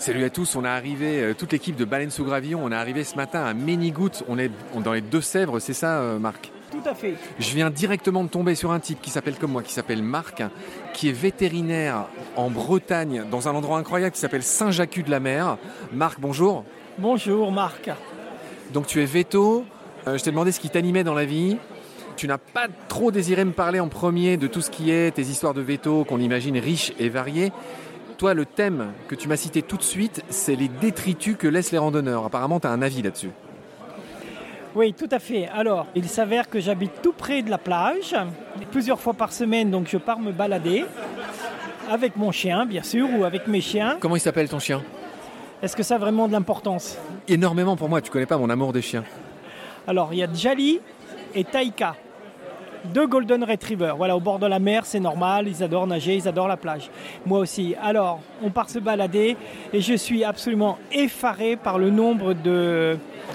Salut à tous, on est arrivé, toute l'équipe de Baleine sous Gravillon, on est arrivé ce matin à Ménigoutte, on est dans les Deux-Sèvres, c'est ça Marc ? Tout à fait. Je viens directement de tomber sur un type qui s'appelle comme moi, qui s'appelle Marc, qui est vétérinaire en Bretagne, dans un endroit incroyable qui s'appelle Saint-Jacques-de-la-Mer. Marc, bonjour. Bonjour Marc. Donc tu es véto, je t'ai demandé ce qui t'animait dans la vie. Tu n'as pas trop désiré me parler en premier de tout ce qui est tes histoires de véto, qu'on imagine riches et variées. Toi, le thème que tu m'as cité tout de suite, c'est les détritus que laissent les randonneurs. Apparemment, tu as un avis là-dessus. Oui, tout à fait. Alors, il s'avère que j'habite tout près de la plage. Plusieurs fois par semaine, donc je pars me balader. Avec mon chien, bien sûr, ou avec mes chiens. Comment il s'appelle ton chien ? Est-ce que ça a vraiment de l'importance ? Énormément pour moi, tu connais pas mon amour des chiens. Alors, il y a Djali et Taïka. 2 Golden Retrievers. Voilà, au bord de la mer, c'est normal. Ils adorent nager, ils adorent la plage. Moi aussi. Alors, on part se balader et je suis absolument effaré par le nombre de...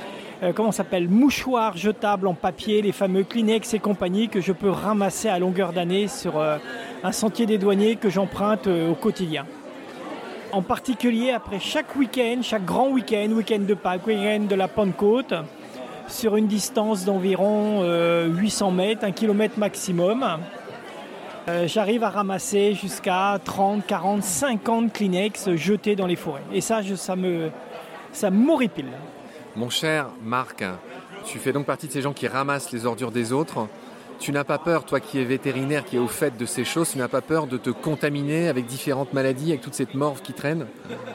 mouchoirs jetables en papier, les fameux Kleenex et compagnie que je peux ramasser à longueur d'année sur un sentier des douaniers que j'emprunte au quotidien. En particulier après chaque week-end, chaque grand week-end de Pâques, week-end de la Pentecôte, sur une distance d'environ 800 mètres, 1 km maximum, j'arrive à ramasser jusqu'à 30, 40, 50 Kleenex jetés dans les forêts. Et ça m'horripile. Mon cher Marc, tu fais donc partie de ces gens qui ramassent les ordures des autres. Tu n'as pas peur, toi qui es vétérinaire, qui est au fait de ces choses, tu n'as pas peur de te contaminer avec différentes maladies, avec toute cette morve qui traîne ?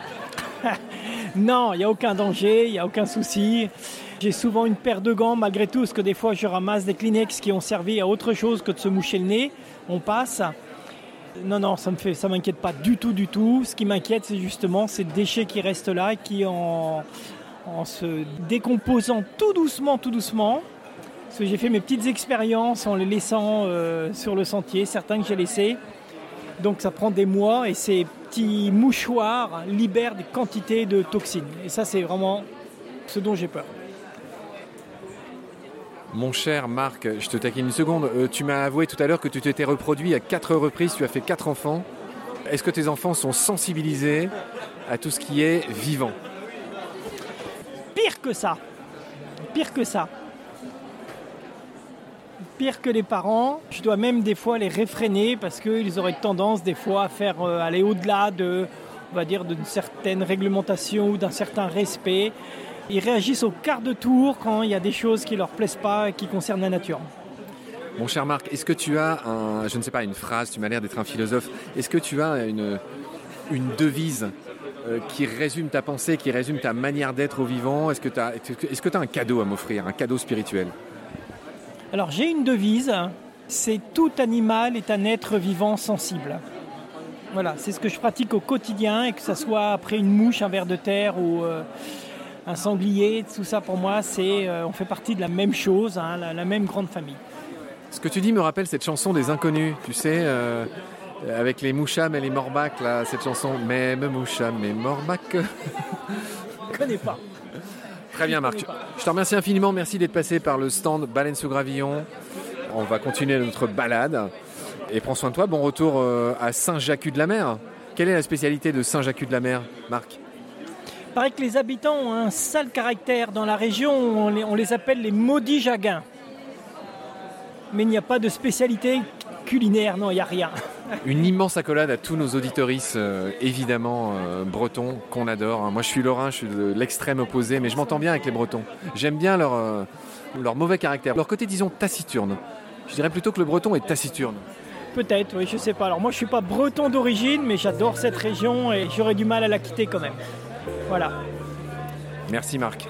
Non, il n'y a aucun danger, il n'y a aucun souci. J'ai souvent une paire de gants, malgré tout, parce que des fois je ramasse des Kleenex qui ont servi à autre chose que de se moucher le nez. On passe. Non, ça m'inquiète pas du tout. Ce qui m'inquiète, c'est justement ces déchets qui restent là et qui en se décomposant tout doucement, parce que j'ai fait mes petites expériences en les laissant sur le sentier, certains que j'ai laissés. Donc ça prend des mois et ces petits mouchoirs libèrent des quantités de toxines. Et ça, c'est vraiment ce dont j'ai peur. Mon cher Marc, je te taquine une seconde. Tu m'as avoué tout à l'heure que tu t'étais reproduit à 4 reprises, tu as fait 4 enfants. Est-ce que tes enfants sont sensibilisés à tout ce qui est vivant ? Pire que ça. Pire que les parents. Je dois même des fois les réfréner parce qu'ils auraient tendance des fois à faire aller au-delà d'une certaine réglementation ou d'un certain respect. Ils réagissent au quart de tour quand il y a des choses qui ne leur plaisent pas et qui concernent la nature. Mon cher Marc, est-ce que tu as une phrase, tu m'as l'air d'être un philosophe, est-ce que tu as une devise qui résume ta pensée, qui résume ta manière d'être au vivant ? Est-ce que tu as un cadeau à m'offrir, un cadeau spirituel ? Alors j'ai une devise, c'est tout animal est un être vivant sensible. Voilà, c'est ce que je pratique au quotidien, et que ce soit après une mouche, un ver de terre ou un sanglier, tout ça pour moi, on fait partie de la même chose, la même grande famille. Ce que tu dis me rappelle cette chanson des Inconnus, tu sais, avec les Moucham et les Morbac, là, cette chanson « Même Moucham et Morbac ». Je ne connais pas. Très bien Marc, je te remercie infiniment, merci d'être passé par le stand Baleine sous Gravillon. On va continuer notre balade et prends soin de toi, bon retour à Saint-Jacques-de-la-Mer. Quelle est la spécialité de Saint-Jacques-de-la-Mer, Marc ? Il paraît que les habitants ont un sale caractère dans la région, on les appelle les maudits jaguins. Mais il n'y a pas de spécialité culinaire, non, il n'y a rien. Une immense accolade à tous nos auditoristes, évidemment bretons, qu'on adore. Moi je suis lorrain, je suis de l'extrême opposé, mais je m'entends bien avec les bretons. J'aime bien leur mauvais caractère, leur côté disons taciturne. Je dirais plutôt que le breton est taciturne. Peut-être, oui, je sais pas. Alors moi je suis pas breton d'origine, mais j'adore cette région et j'aurais du mal à la quitter quand même. Voilà. Merci Marc.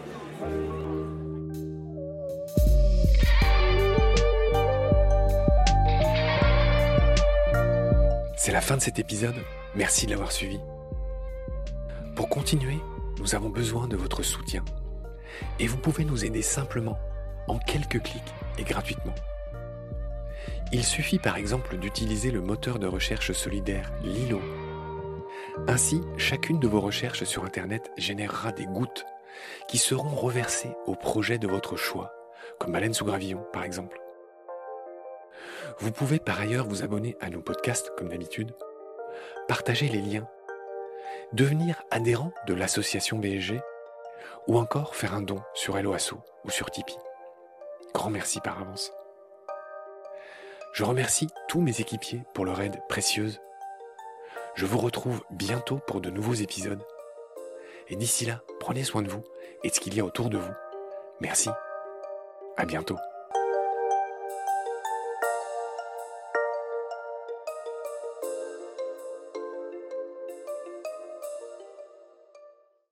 C'est la fin de cet épisode. Merci de l'avoir suivi. Pour continuer, nous avons besoin de votre soutien. Et vous pouvez nous aider simplement, en quelques clics et gratuitement. Il suffit par exemple d'utiliser le moteur de recherche solidaire Lilo. Ainsi, chacune de vos recherches sur Internet générera des gouttes qui seront reversées au projet de votre choix, comme Baleine sous Gravillon par exemple. Vous pouvez par ailleurs vous abonner à nos podcasts comme d'habitude, partager les liens devenir adhérent de l'association BSG ou encore faire un don sur Helloasso ou sur Tipeee. Grand merci par avance. Je remercie tous mes équipiers pour leur aide précieuse. Je vous retrouve bientôt pour de nouveaux épisodes. Et d'ici là, prenez soin de vous et de ce qu'il y a autour de vous. Merci. À bientôt.